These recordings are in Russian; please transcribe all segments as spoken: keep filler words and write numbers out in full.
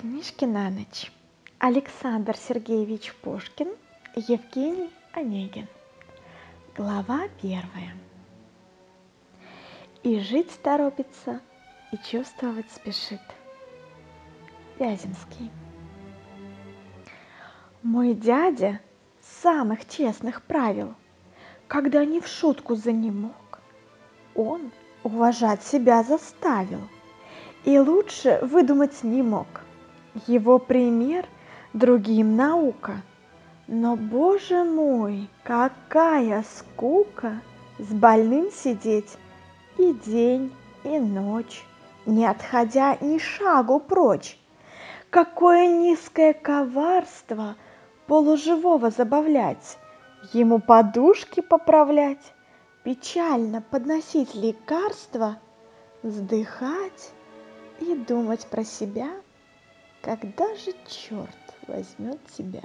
Книжки на ночь. Александр Сергеевич Пушкин, Евгений Онегин. Глава первая. И жить торопится, и чувствовать спешит. Вяземский. Мой дядя самых честных правил, когда не в шутку занемог, он уважать себя заставил и лучше выдумать не мог. Его пример другим наука. Но, боже мой, какая скука с больным сидеть и день, и ночь, не отходя ни шагу прочь. Какое низкое коварство полуживого забавлять, ему подушки поправлять, печально подносить лекарства, вздыхать и думать про себя, когда же черт возьмет тебя.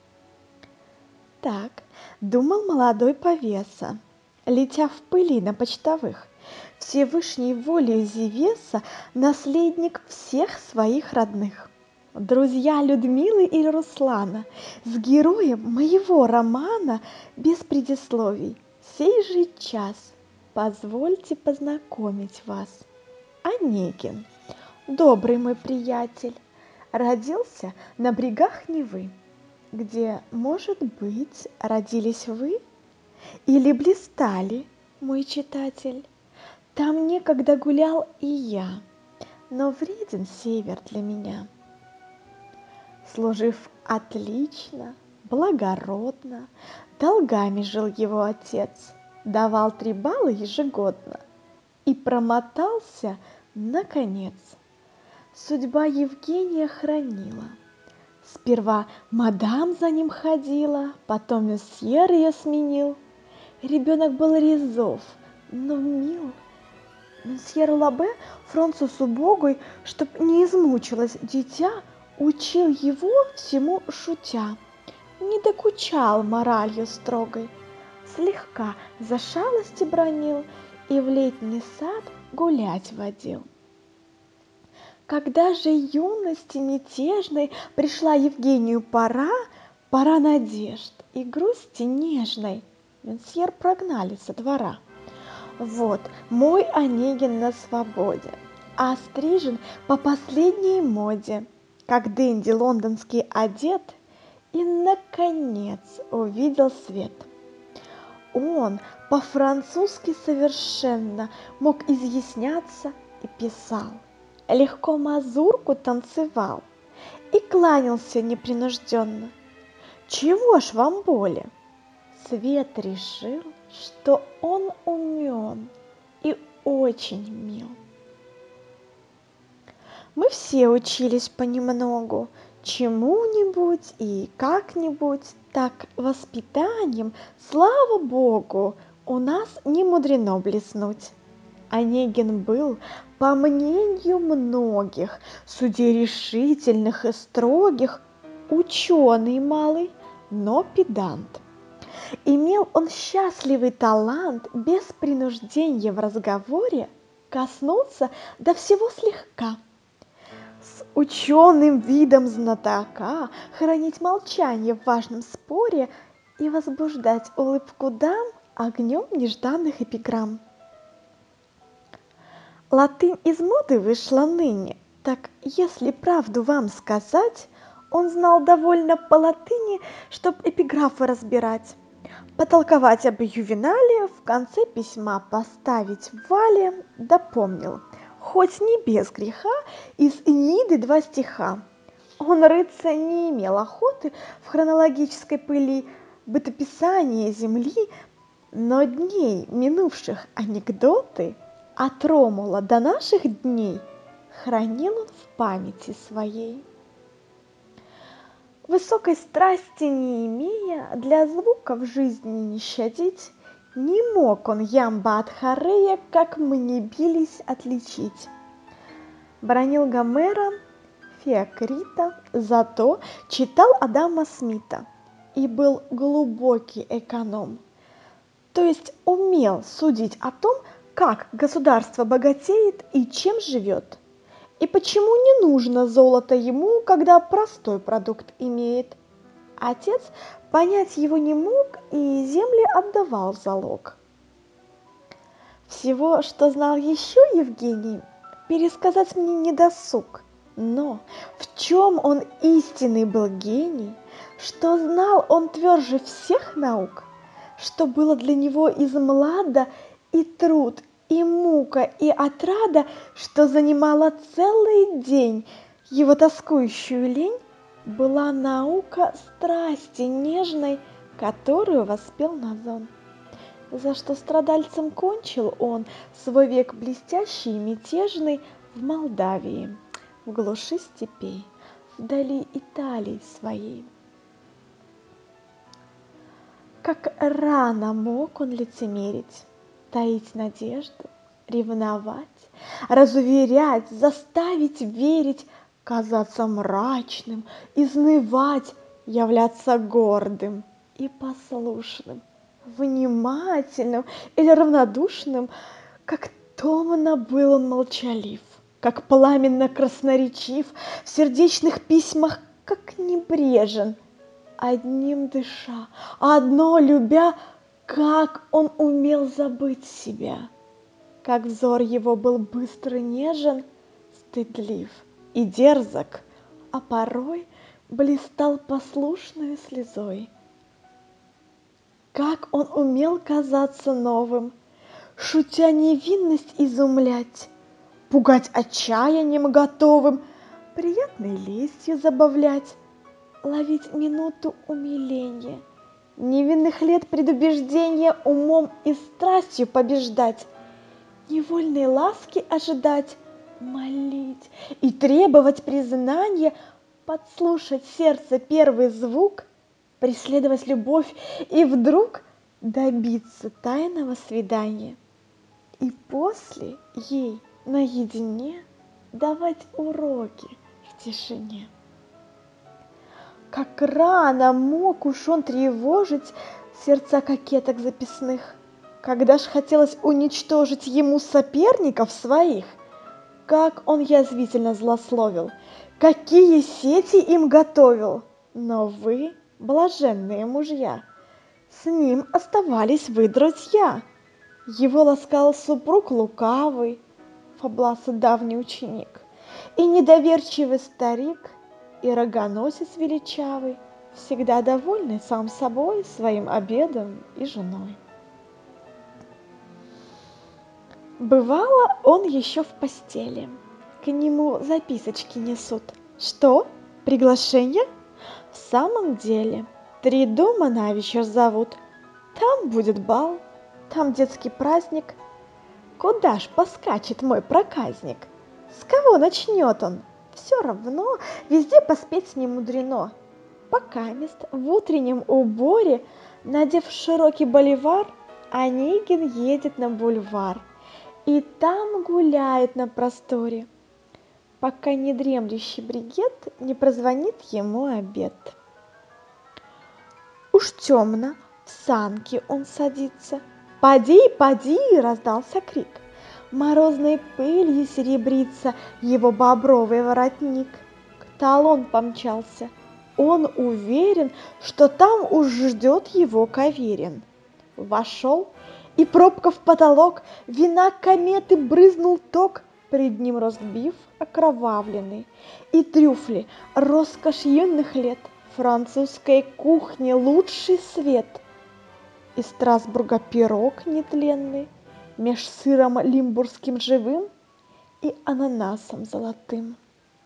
Так думал молодой повеса, летя в пыли на почтовых, Всевышней волей Зевеса наследник всех своих родных. Друзья Людмилы и Руслана, с героем моего романа без предисловий, сей же час позвольте познакомить вас. Онегин, добрый мой приятель, родился на брегах Невы, где, может быть, родились вы или блистали, мой читатель. Там некогда гулял и я, но вреден север для меня. Служив отлично, благородно, долгами жил его отец, давал три балла ежегодно и промотался наконец. Судьба Евгения хранила. Сперва мадам за ним ходила, потом месье ее сменил. Ребенок был резов, но мил. Месье Лабе Французу богой, чтоб не измучилось дитя, учил его всему шутя. Не докучал моралью строгой, слегка за шалости бранил и в летний сад гулять водил. Когда же юности мятежной пришла Евгению пора, пора надежд и грусти нежной, месье прогнали со двора. Вот мой Онегин на свободе, острижен по последней моде, как дэнди лондонский одет, и, наконец, увидел свет. Он по-французски совершенно мог изъясняться и писал, легко мазурку танцевал и кланялся непринужденно. Чего ж вам более? Свет решил, что он умен и очень мил. Мы все учились понемногу, чему-нибудь и как-нибудь, так воспитанием, слава богу, у нас не мудрено блеснуть. Онегин был, по мнению многих, судей решительных и строгих, ученый малый, но педант. Имел он счастливый талант без принуждения в разговоре коснуться до всего слегка. С ученым видом знатока хранить молчание в важном споре и возбуждать улыбку дам огнем нежданных эпиграмм. Латынь из моды вышла ныне, так если правду вам сказать, он знал довольно по латыни, чтоб эпиграфы разбирать, потолковать об Ювенале, в конце письма поставить Вале, допомнил, хоть не без греха, из Энеиды два стиха. Он рыться не имел охоты в хронологической пыли бытописания земли, но дней минувших анекдоты от Ромула до наших дней хранил он в памяти своей. Высокой страсти не имея, для звука в жизни не щадить, не мог он ямба от хорея, как мы не бились, отличить. Бранил Гомера, Феокрита, зато читал Адама Смита и был глубокий эконом, то есть умел судить о том, как государство богатеет и чем живет. И почему не нужно золото ему, когда простой продукт имеет? Отец понять его не мог и земли отдавал в залог. Всего, что знал еще Евгений, пересказать мне не досуг. Но в чем он истинный был гений, что знал он тверже всех наук, что было для него из млада и труд, и мука, и отрада, что занимала целый день его тоскующую лень, была наука страсти нежной, которую воспел Назон. За что страдальцем кончил он свой век блестящий и мятежный в Молдавии, в глуши степей, вдали Италии своей. Как рано мог он лицемерить, таить надежду, ревновать, разуверять, заставить верить, казаться мрачным, изнывать, являться гордым и послушным, внимательным или равнодушным, как томно был он молчалив, как пламенно красноречив, в сердечных письмах как небрежен, одним дыша, одно любя, как он умел забыть себя, как взор его был быстро нежен, стыдлив и дерзок, а порой блистал послушной слезой. Как он умел казаться новым, шутя невинность изумлять, пугать отчаянием готовым, приятной лестью забавлять, ловить минуту умиления, невинных лет предубеждения умом и страстью побеждать, невольной ласки ожидать, молить и требовать признания, подслушать сердце первый звук, преследовать любовь и вдруг добиться тайного свидания. И после ей наедине давать уроки в тишине. Как рано мог уж он тревожить сердца кокеток записных, когда ж хотелось уничтожить ему соперников своих, как он язвительно злословил, какие сети им готовил. Но вы, блаженные мужья, с ним оставались вы друзья. Его ласкал супруг лукавый, Фобласа давний ученик, и недоверчивый старик, и рогоносец величавый, всегда довольный сам собой, своим обедом и женой. Бывало, он еще в постели. К нему записочки несут. Что? Приглашение? В самом деле, три дома на вечер зовут. Там будет бал, там детский праздник. Куда ж поскачет мой проказник? С кого начнет он? Все равно, везде поспеть не мудрено. Покамест в утреннем уборе, надев широкий боливар, Онегин едет на бульвар и там гуляет на просторе, пока недремлющий бригет не прозвонит ему обед. Уж темно, в санки он садится. «Поди, поди!» — раздался крик. Морозной пылью серебрится его бобровый воротник. К талон помчался. Он уверен, что там уж ждет его Каверин. Вошел, и пробка в потолок, вина кометы брызнул ток, пред ним ростбиф окровавленный, и трюфли, роскошь юных лет, французской кухни лучший свет. Из Страсбурга пирог нетленный, меж сыром лимбургским живым и ананасом золотым.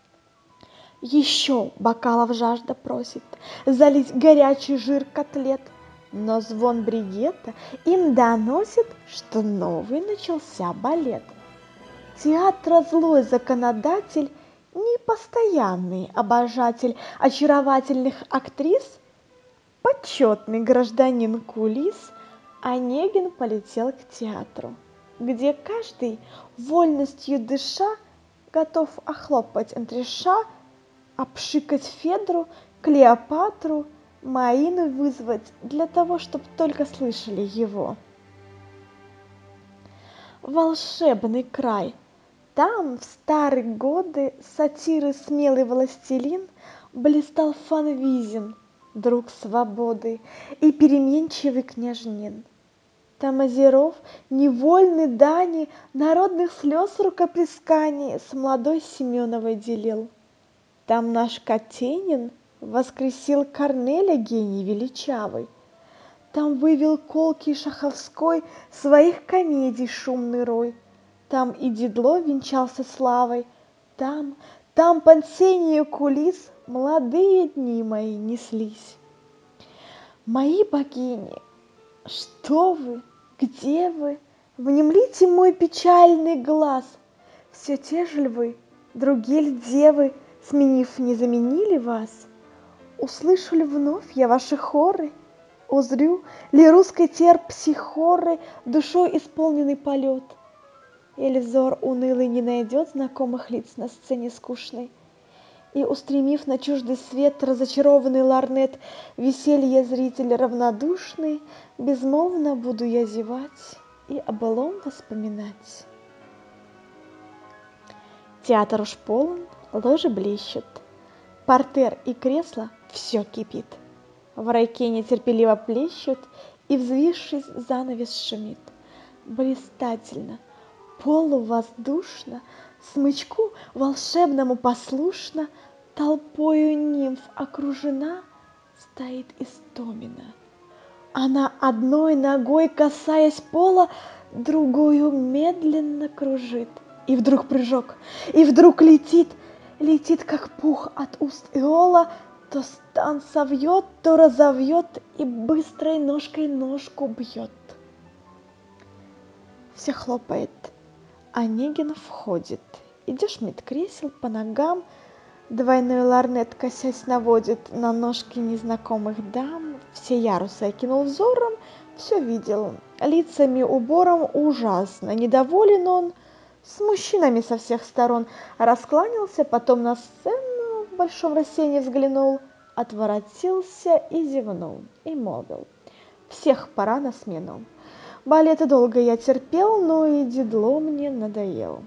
Еще бокалов жажда просит залить горячий жир котлет, но звон бригета им доносит, что новый начался балет. Театра злой законодатель, непостоянный обожатель очаровательных актрис, почетный гражданин кулис, Онегин полетел к театру, где каждый, вольностью дыша, готов охлопать Антриша, обшикать Федру, Клеопатру, Маину вызвать для того, чтобы только слышали его. Волшебный край! Там в старые годы сатиры смелый властелин блистал Фанвизин, друг свободы и переменчивый княжнин. Там Озеров невольны дани народных слез рукоплесканий с молодой Семеновой делил. Там наш Катенин воскресил Корнеля гений величавый. Там вывел колкий Шаховской своих комедий шумный рой. Там и Дидло венчался славой. Там, там под сенью кулис молодые дни мои неслись. Мои богини, что вы, где вы? Внемлите мой печальный глаз. Все те же львы, другие ль девы, сменив, не заменили вас? Услышу ли вновь я ваши хоры? Узрю ли русской терпсихоры душой исполненный полет? Или взор унылый не найдет знакомых лиц на сцене скучной? И, устремив на чуждый свет разочарованный ларнет, веселье зритель равнодушный, безмолвно буду я зевать и о былом воспоминать. Театр уж полон, ложи блещут, портер и кресло все кипит. В райке нетерпеливо плещут, и, взвившись, занавес шумит. Блистательно, полувоздушно, смычку волшебному послушно, толпою нимф окружена, стоит Истомина. Она одной ногой, касаясь пола, другую медленно кружит. И вдруг прыжок, и вдруг летит, летит, как пух от уст Иола, то стан совьет, то разовьет и быстрой ножкой ножку бьет. Все хлопает. Онегин входит. Идешь мед кресел по ногам, двойной ларнет, косясь, наводит на ножки незнакомых дам. Все ярусы окинул взором, все видел. Лицами, убором ужасно недоволен он. С мужчинами со всех сторон раскланялся, потом на сцену в большом рассеянии взглянул, отворотился и зевнул, и молвил: всех пора на смену. Балеты долго я терпел, но и Дидло мне надоел.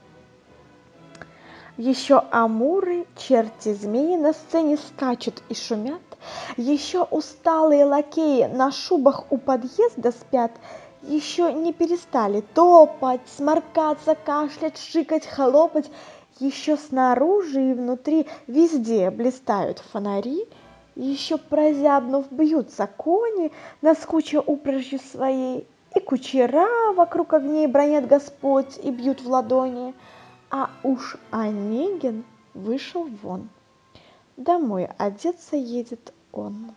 Еще амуры, черти змеи на сцене скачут и шумят, еще усталые лакеи на шубах у подъезда спят, еще не перестали топать, сморкаться, кашлять, шикать, хлопать, еще снаружи и внутри везде блистают фонари, еще прозябнув бьются кони, наскуча упряжью своей, и кучера вокруг огней бронят Господь и бьют в ладони, а уж Онегин вышел вон. Домой одеться едет он.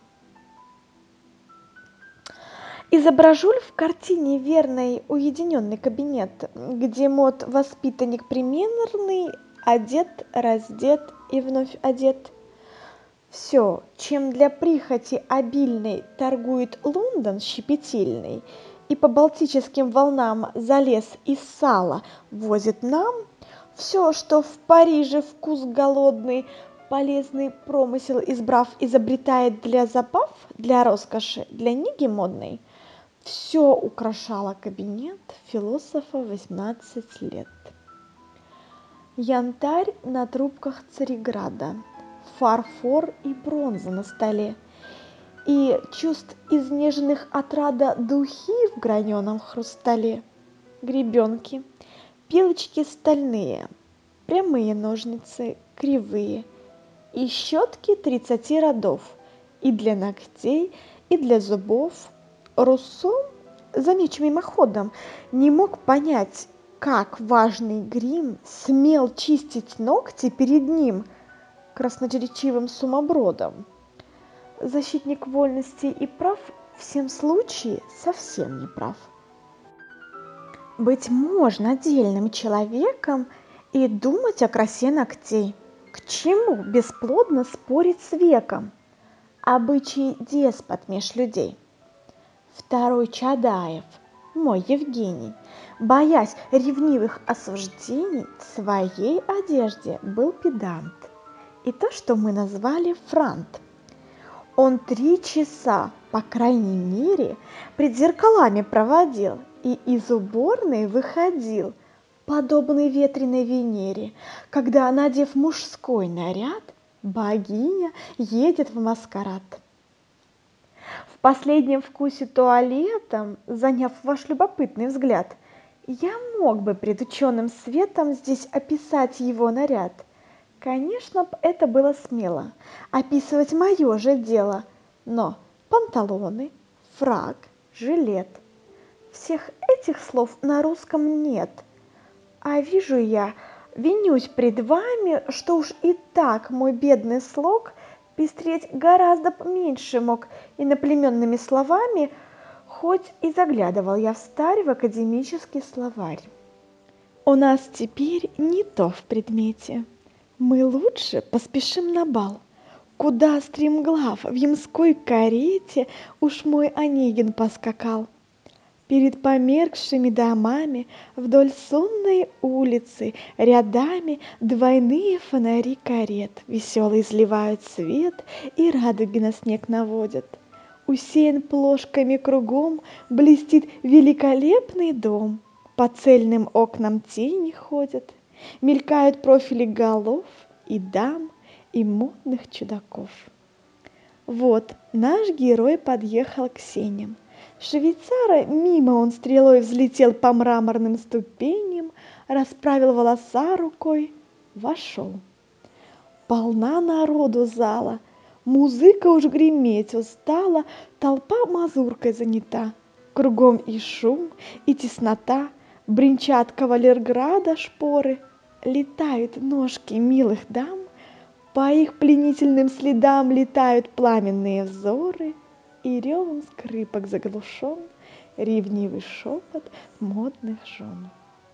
Изображу ли в картине верный уединенный кабинет, где мод воспитанник примерный, одет, раздет и вновь одет? Все, чем для прихоти обильной торгует Лондон щепетильный и по балтическим волнам за лес и сало возит нам, все, что в Париже вкус голодный, полезный промысел избрав, изобретает для забав, для роскоши, для неги модной, все украшало кабинет философа восемнадцать лет. Янтарь на трубках Цареграда, фарфор и бронза на столе, и чувств изнеженных отрада духи в граненом хрустале, гребенки, пилочки стальные, прямые ножницы, кривые, и щетки тридцати родов, и для ногтей, и для зубов. Руссо, замечу мимоходом, не мог понять, как важный грим смел чистить ногти перед ним, красноречивым сумасбродом. Защитник вольности и прав в всем случае совсем не прав. Быть можно отдельным человеком и думать о красе ногтей. К чему бесплодно спорить с веком? Обычай деспот меж людей. Второй Чадаев, мой Евгений, боясь ревнивых осуждений, в своей одежде был педант. И то, что мы назвали франт. Он три часа, по крайней мере, пред зеркалами проводил и из уборной выходил, подобный ветреной Венере, когда, надев мужской наряд, богиня едет в маскарад. В последнем вкусе туалетом, заняв ваш любопытный взгляд, я мог бы пред ученым светом здесь описать его наряд. Конечно, б это было смело, описывать мое же дело, но панталоны, фрак, жилет — всех этих слов на русском нет. А вижу я, винюсь пред вами, что уж и так мой бедный слог пестреть гораздо меньше мог иноплеменными словами, хоть и заглядывал я встарь в академический словарь. У нас теперь не то в предмете. Мы лучше поспешим на бал, куда стремглав в ямской карете уж мой Онегин поскакал. Перед померкшими домами вдоль сонной улицы рядами двойные фонари карет веселый изливают свет и радуги на снег наводят. Усеян плошками кругом блестит великолепный дом, по цельным окнам тени ходят, мелькают профили голов и дам, и модных чудаков. Вот наш герой подъехал к сеням. Швейцара мимо он стрелой взлетел по мраморным ступеням, расправил волоса рукой, вошел. Полна народу зала, музыка уж греметь устала, толпа мазуркой занята. Кругом и шум, и теснота, бренчат кавалерграда шпоры, летают ножки милых дам, по их пленительным следам летают пламенные взоры, и ревом скрипок заглушен ревнивый шепот модных жен.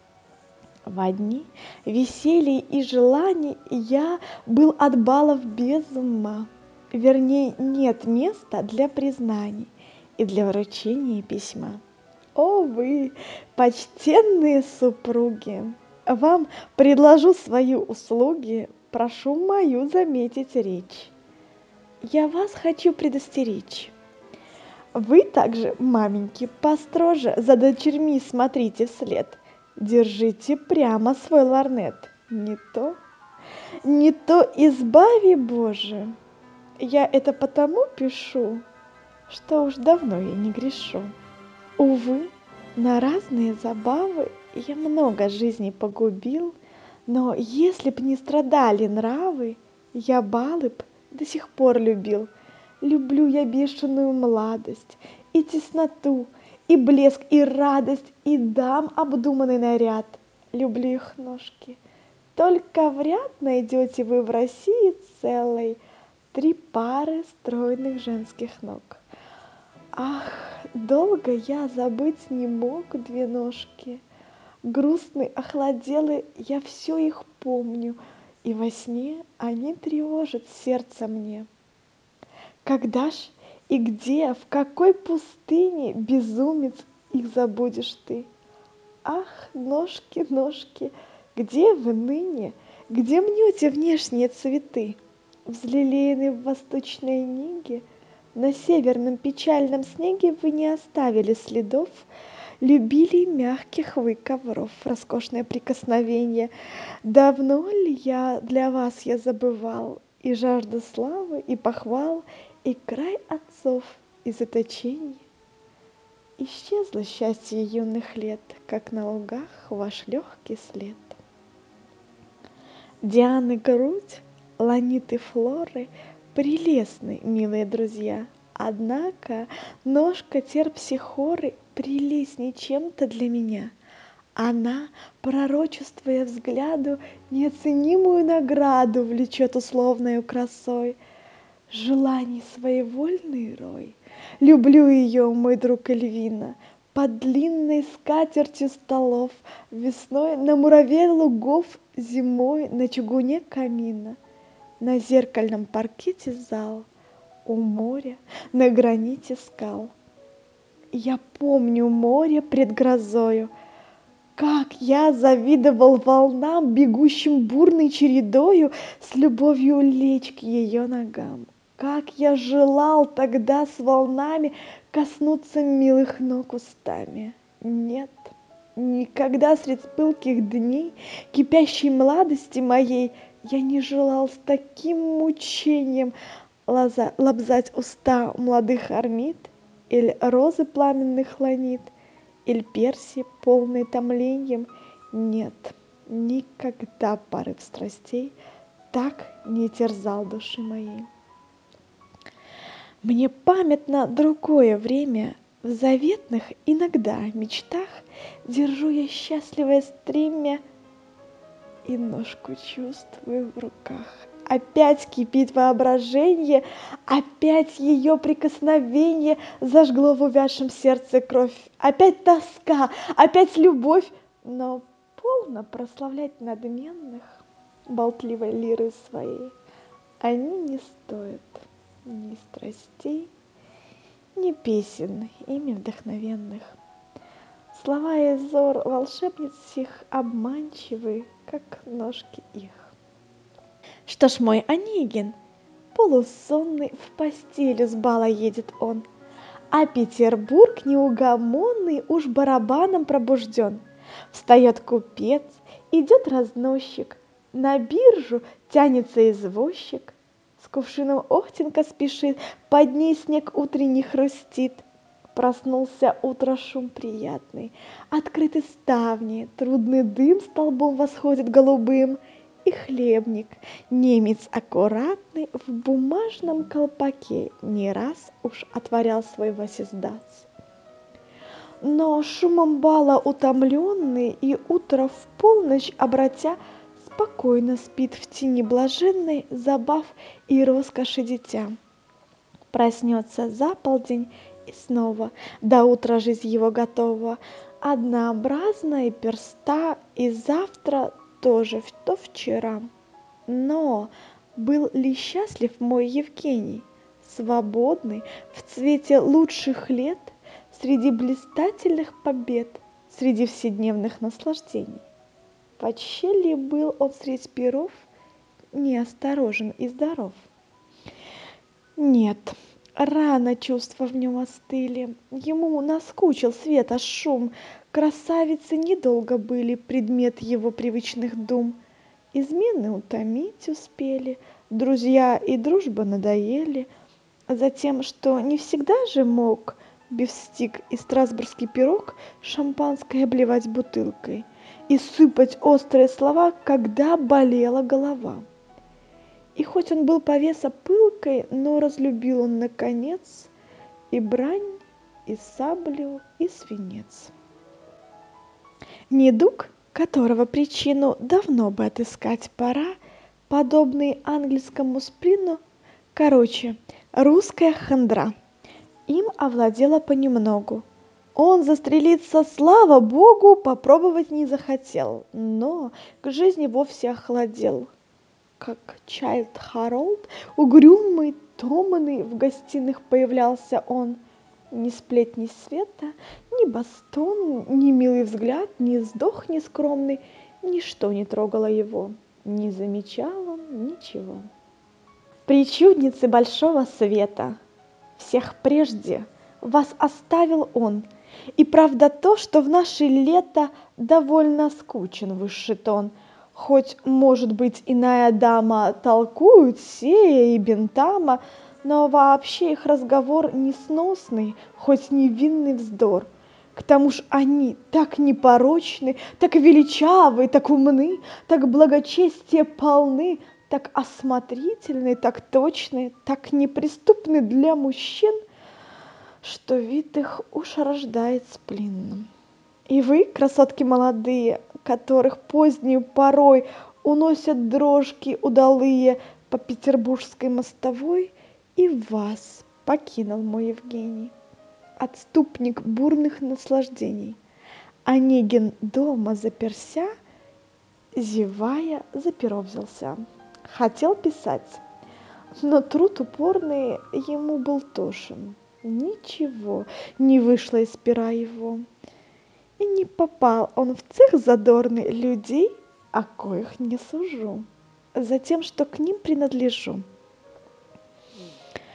Во дни веселий и желаний я был от балов без ума, верней, нет места для признаний и для вручения письма. О вы, почтенные супруги, вам предложу свои услуги, прошу мою заметить речь. Я вас хочу предостеречь. Вы также, маменьки, построже за дочерьми смотрите вслед. Держите прямо свой лорнет. Не то, не то избави Боже. Я это потому пишу, что уж давно я не грешу. Увы, на разные забавы я много жизней погубил, но если б не страдали нравы, я балы б до сих пор любил. Люблю я бешеную младость, и тесноту, и блеск, и радость, и дам обдуманный наряд. Люблю их ножки. Только вряд найдете вы в России целой три пары стройных женских ног. Ах, долго я забыть не мог две ножки. Грустный, охладелый, я все их помню, и во сне они тревожат сердце мне. Когда ж и где, в какой пустыне, безумец, их забудешь ты? Ах, ножки, ножки, где вы ныне? Где мнете внешние цветы? Взлелеянные в восточной неге, на северном печальном снеге вы не оставили следов, любили мягких вы ковров, роскошное прикосновение. Давно ли я для вас я забывал и жажду славы, и похвал, и край отцов, и заточение? Исчезло счастье юных лет, как на лугах ваш легкий след. Дианы грудь, ланиты флоры прелестны, милые друзья, однако ножка терпсихоры прелестней чем-то для меня. Она, пророчествуя взгляду, неоценимую награду влечет условною красой. Желаний своевольный рой, люблю ее, мой друг Эльвина, под длинной скатертью столов, весной на мураве лугов, зимой на чугуне камина, на зеркальном паркете зал, у моря на граните скал. Я помню море пред грозою, как я завидовал волнам, бегущим бурной чередою, с любовью лечь к ее ногам. Как я желал тогда с волнами коснуться милых ног устами. Нет, Никогда средь пылких дней, кипящей младости моей, я не желал с таким мучением лоза- лобзать уста молодых армид, или розы пламенных ланит, или перси, полные томлением. Нет, никогда порыв страстей так не терзал души моей. Мне памятно другое время, в заветных иногда мечтах держу я счастливое стремя и ножку чувствую в руках. Опять кипит воображение, опять ее прикосновение зажгло в увядшем сердце кровь. Опять тоска, опять любовь, но полно прославлять надменных болтливой лиры своей. Они не стоят ни страстей, ни песен ими вдохновенных. Слова и взор волшебниц сих обманчивы, как ножки их. Что ж, мой Онегин, полусонный, в постелю с бала едет он, а Петербург неугомонный уж барабаном пробужден. Встает купец, идет разносчик, на биржу тянется извозчик. С кувшином охтенка спешит, под ней снег утренний хрустит. Проснулся утро шум приятный, открыты ставни, трудный дым столбом восходит голубым, и хлебник, немец аккуратный, в бумажном колпаке не раз уж отворял свой восездац. Но шумом бала утомленный и утро в полночь обратя, спокойно спит в тени блаженной забав и роскоши дитя. Проснется за полдень, и снова до утра жизнь его готова, однообразная и перста, и завтра тоже то вчера. Но был ли счастлив мой Евгений, свободный, в цвете лучших лет, среди блистательных побед, среди вседневных наслаждений? Вообще ли был он средь пиров неосторожен и здоров? Нет, рано чувства в нем остыли, ему наскучил света шум, красавицы недолго были предмет его привычных дум. Измены утомить успели, друзья и дружба надоели, затем, что не всегда же мог бифстик и страсбургский пирог шампанское обливать бутылкой и сыпать острые слова, когда болела голова. И хоть он был повеса пылкой, но разлюбил он, наконец, и брань, и саблю, и свинец. Недуг, которого причину давно бы отыскать пора, подобный английскому сплину, короче, русская хандра, им овладела понемногу. Он застрелиться, слава богу, попробовать не захотел, но к жизни вовсе охладел. Как Чайлд Харолд, угрюмый, томный, в гостиных появлялся он. Ни сплетни света, ни бастон, ни милый взгляд, ни вздох нескромный, ничто не трогало его, не замечал он ничего. Причудницы большого света, всех прежде вас оставил он, и правда то, что в наше лето довольно скучен высший тон. Хоть, может быть, иная дама толкует сея и бентама, но вообще их разговор несносный, хоть невинный вздор. К тому ж они так непорочны, так величавы, так умны, так благочестия полны, так осмотрительны, так точны, так неприступны для мужчин, что вид их уж рождает сплин. И вы, красотки молодые, которых позднею порой уносят дрожки удалые по петербургской мостовой, и вас покинул мой Евгений, отступник бурных наслаждений. Онегин дома заперся, зевая, за перо взялся. Хотел писать, но труд упорный ему был тошен. Ничего не вышло из пера его. И не попал он в цех задорный людей, о коих не сужу, за тем, что к ним принадлежу.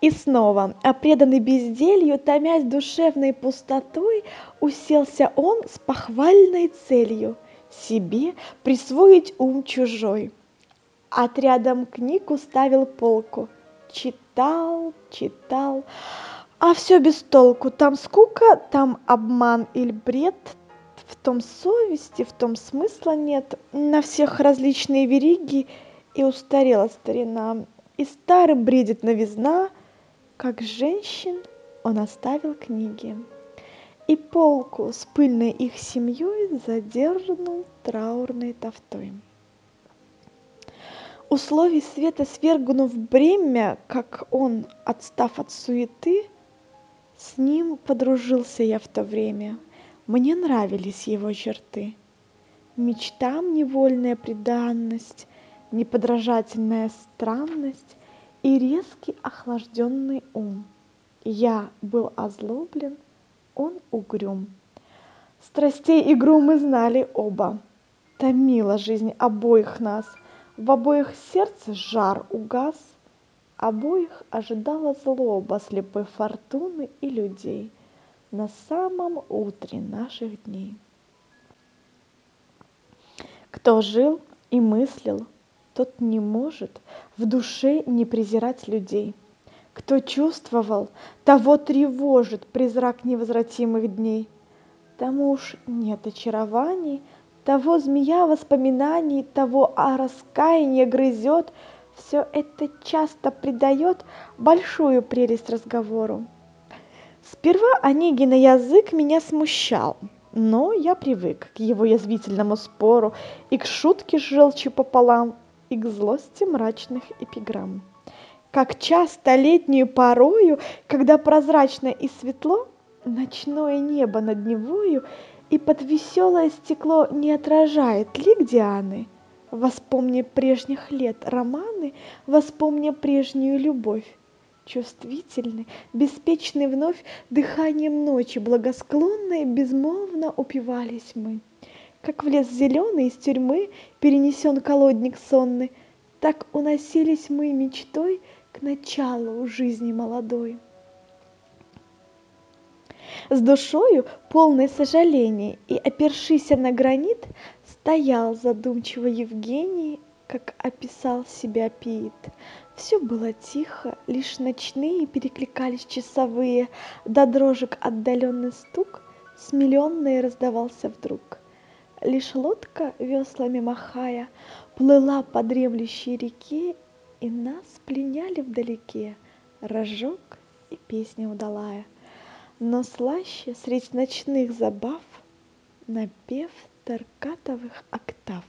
И снова, а преданный безделью, томясь душевной пустотой, уселся он с похвальной целью себе присвоить ум чужой. Отрядом книг уставил полку, читал, читал, а все без толку. Там скука, там обман или бред, в том совести, в том смысла нет. На всех различные вериги, и устарела старина, и старым бредит новизна. Как женщин он оставил книги, и полку с пыльной их семьей задернул траурной тафтой. Условий света свергнув бремя, как он, отстав от суеты, с ним подружился я в то время. Мне нравились его черты. Мечтам невольная преданность, неподражательная странность и резкий охлажденный ум. Я был озлоблен, он угрюм. Страстей игру мы знали оба. Томила жизнь обоих нас, в обоих сердце жар угас, обоих ожидала злоба слепой фортуны и людей на самом утре наших дней. Кто жил и мыслил, тот не может в душе не презирать людей. Кто чувствовал, того тревожит призрак невозвратимых дней. Тому уж нет очарований, того змея воспоминаний, того а раскаяние грызет. Все это часто придает большую прелесть разговору. Сперва Онегина язык меня смущал, но я привык к его язвительному спору и к шутке с желчью пополам, и к злости мрачных эпиграмм. Как часто летнюю порою, когда прозрачно и светло ночное небо над Невою и под веселое стекло не отражает лик Дианы, воспомни прежних лет романы, воспомни прежнюю любовь. Чувствительны, беспечны вновь дыханием ночи благосклонной, безмолвно упивались мы. Как в лес зеленый из тюрьмы перенесен колодник сонный, так уносились мы мечтой к началу жизни молодой. С душою полной сожалений и опершися на гранит, стоял задумчиво Евгений, как описал себя Пиит. Все было тихо, лишь ночные перекликались часовые, до дрожек отдаленный стук с миллионной раздавался вдруг. Лишь лодка, веслами махая, плыла по дремлющей реке, и нас пленяли вдалеке рожок и песня удалая. Но слаще средь ночных забав напев таркатовых октав.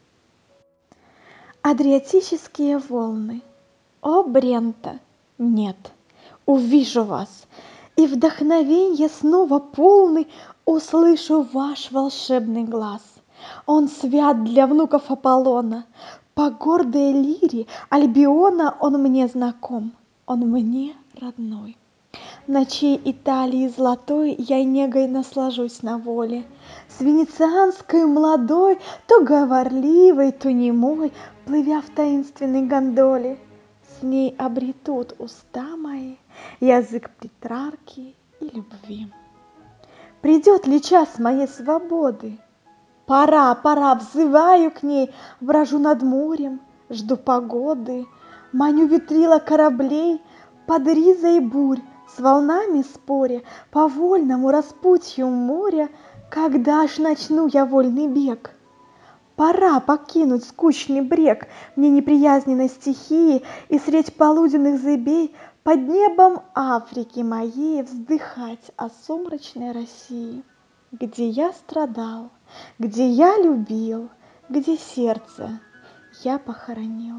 Адриатические волны. О, Брента, нет, увижу вас, и вдохновенье снова полный услышу ваш волшебный глаз. Он свят для внуков Аполлона, по гордой лире Альбиона он мне знаком, он мне родной. Ночей Италии золотой я негой наслажусь на воле, с венецианской молодой, то говорливой, то немой, плывя в таинственной гондоле. С ней обретут уста мои язык Петрарки и любви. Придет ли час моей свободы? Пора, пора, взываю к ней, брожу над морем, жду погоды, маню ветрила кораблей под ризой бурь, с волнами споря, по вольному распутью моря, когда ж начну я вольный бег? Пора покинуть скучный брег мне неприязненной стихии и средь полуденных зыбей под небом Африки моей вздыхать о сумрачной России, где я страдал, где я любил, где сердце я похоронил.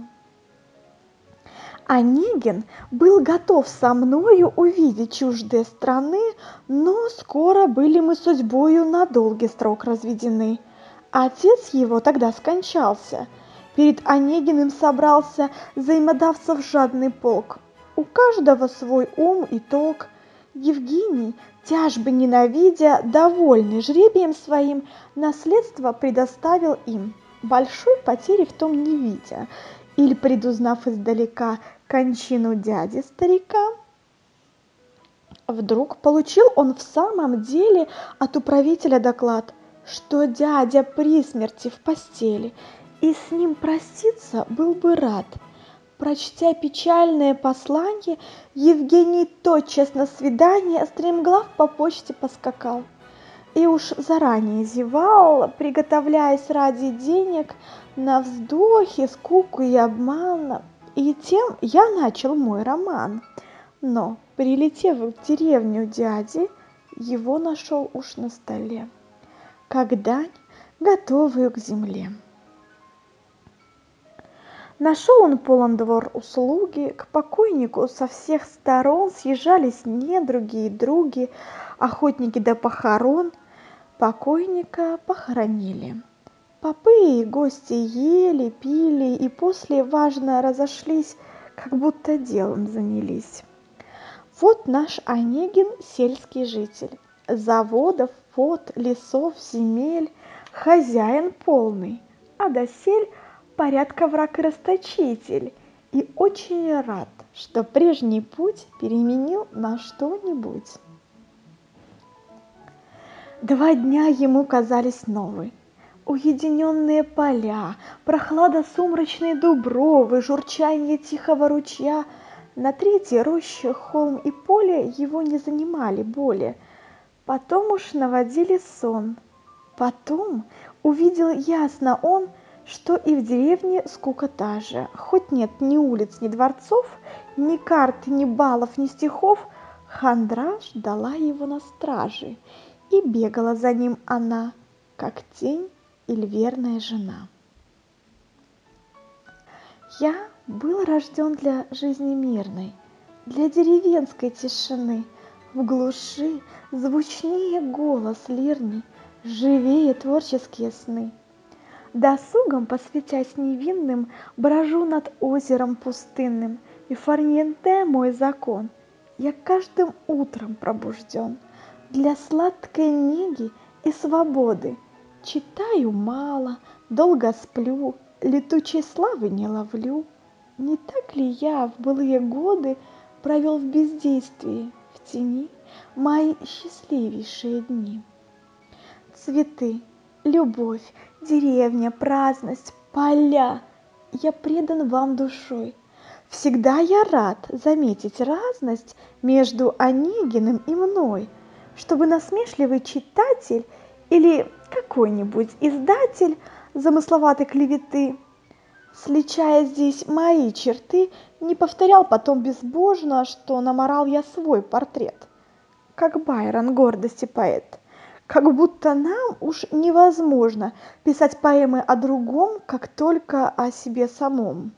Онегин был готов со мною увидеть чуждые страны, но скоро были мы судьбою на долгий срок разведены. Отец его тогда скончался. Перед Онегиным собрался взаимодавцев жадный полк. У каждого свой ум и толк. Евгений, тяжбы ненавидя, довольный жребием своим, наследство предоставил им, большой потери в том не видя. Или, предузнав издалека кончину дяди старика, Вдруг получил он в самом деле от управителя доклад, что дядя при смерти в постели, и с ним проститься был бы рад. Прочтя печальное послание, Евгений тотчас на свидание стремглав по почте поскакал. И уж заранее зевал, приготовляясь ради денег на вздохи, скуку и обман. И тем я начал мой роман. Но, прилетев в деревню дяди, его нашел уж на столе, как дань, готовую к земле. Нашел он полон двор услуги, к покойнику со всех сторон съезжались недруги и други, охотники до похорон. Покойника похоронили. Попы и гости ели, пили и после важно разошлись, как будто делом занялись. Вот наш Онегин сельский житель, заводов, фот, лесов, земель, хозяин полный, а досель порядка враг и расточитель, и очень рад, что прежний путь переменил на что-нибудь. Два дня ему казались новы. Уединенные поля, прохлада сумрачной дубровы, журчание тихого ручья. На третьей роще, холм и поле его не занимали более. Потом уж наводили сон. Потом увидел ясно он, что и в деревне скука та же. Хоть нет ни улиц, ни дворцов, ни карт, ни балов, ни стихов, хандра ждала его на страже, и бегала за ним она, как тень или верная жена. Я был рожден для жизни мирной, для деревенской тишины. В глуши звучнее голос лирный, живее творческие сны. Досугом, посвятясь невинным, брожу над озером пустынным, и фарниенте мой закон. Я каждым утром пробужден для сладкой неги и свободы. Читаю мало, долго сплю, летучей славы не ловлю. Не так ли я в былые годы провел в бездействии, в тени, мои счастливейшие дни? Цветы, любовь, деревня, праздность, поля. Я предан вам душой. Всегда я рад заметить разность между Онегиным и мной, чтобы насмешливый читатель или какой-нибудь издатель замысловатой клеветы, сличая здесь мои черты, не повторял потом безбожно, что намарал я свой портрет, как Байрон гордости поэт. Как будто нам уж невозможно писать поэмы о другом, как только о себе самом.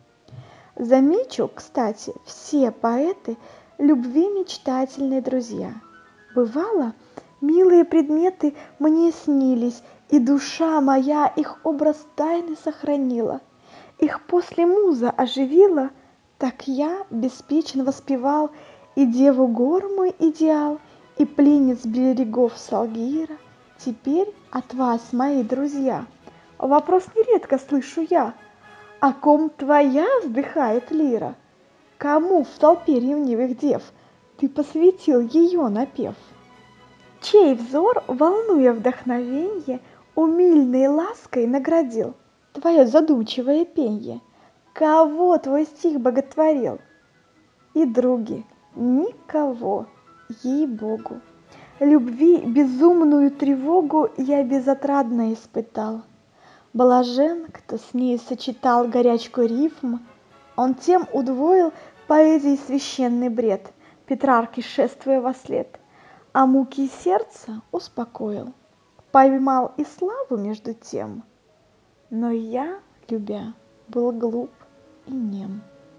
Замечу, кстати, все поэты любви мечтательные друзья. Бывало, милые предметы мне снились, и душа моя их образ тайны сохранила. Их после муза оживила, так я беспечно воспевал и деву гор мой идеал, и пленниц берегов Салгира. Теперь от вас, мои друзья, вопрос нередко слышу я: о ком твоя вздыхает лира? Кому в толпе ревнивых дев ты посвятил ее напев? Чей взор, волнуя вдохновенье, умильной лаской наградил твое задумчивое пенье? Кого твой стих боготворил? И, други, никого, ей-богу. Любви безумную тревогу я безотрадно испытал. Блажен, кто с ней сочетал горячку рифм, он тем удвоил поэзии священный бред, Петрарке шествуя вослед, а муки сердца успокоил, поймал и славу между тем. Но я, любя, был глуп и нем.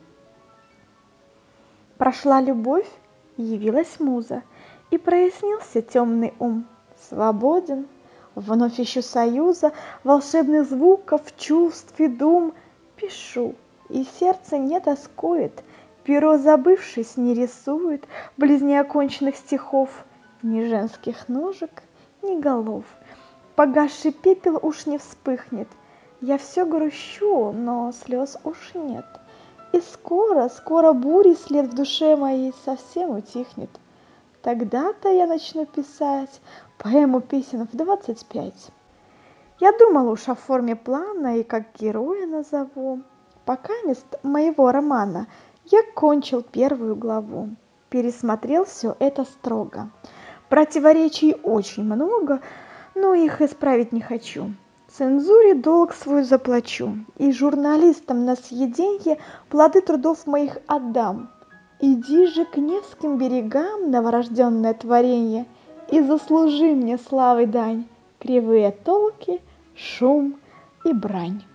Прошла любовь, явилась муза, и прояснился темный ум. Свободен, вновь ищу союза, волшебных звуков, чувств и дум. Пишу, и сердце не тоскует, перо, забывшись, не рисует близ неоконченных стихов ни женских ножек, ни голов. Погасший пепел уж не вспыхнет, я все грущу, но слез уж нет. И скоро, скоро бури след в душе моей совсем утихнет. Тогда-то я начну писать поэму песен в двадцать пять. Я думала уж о форме плана и как героя назову. Пока мест моего романа я кончил первую главу. Пересмотрел все это строго. Противоречий очень много, но их исправить не хочу. Цензуре долг свой заплачу, и журналистам на съеденье плоды трудов моих отдам. Иди же к Невским берегам, новорожденное творенье, и заслужи мне славы дань, кривые толки, шум и брань.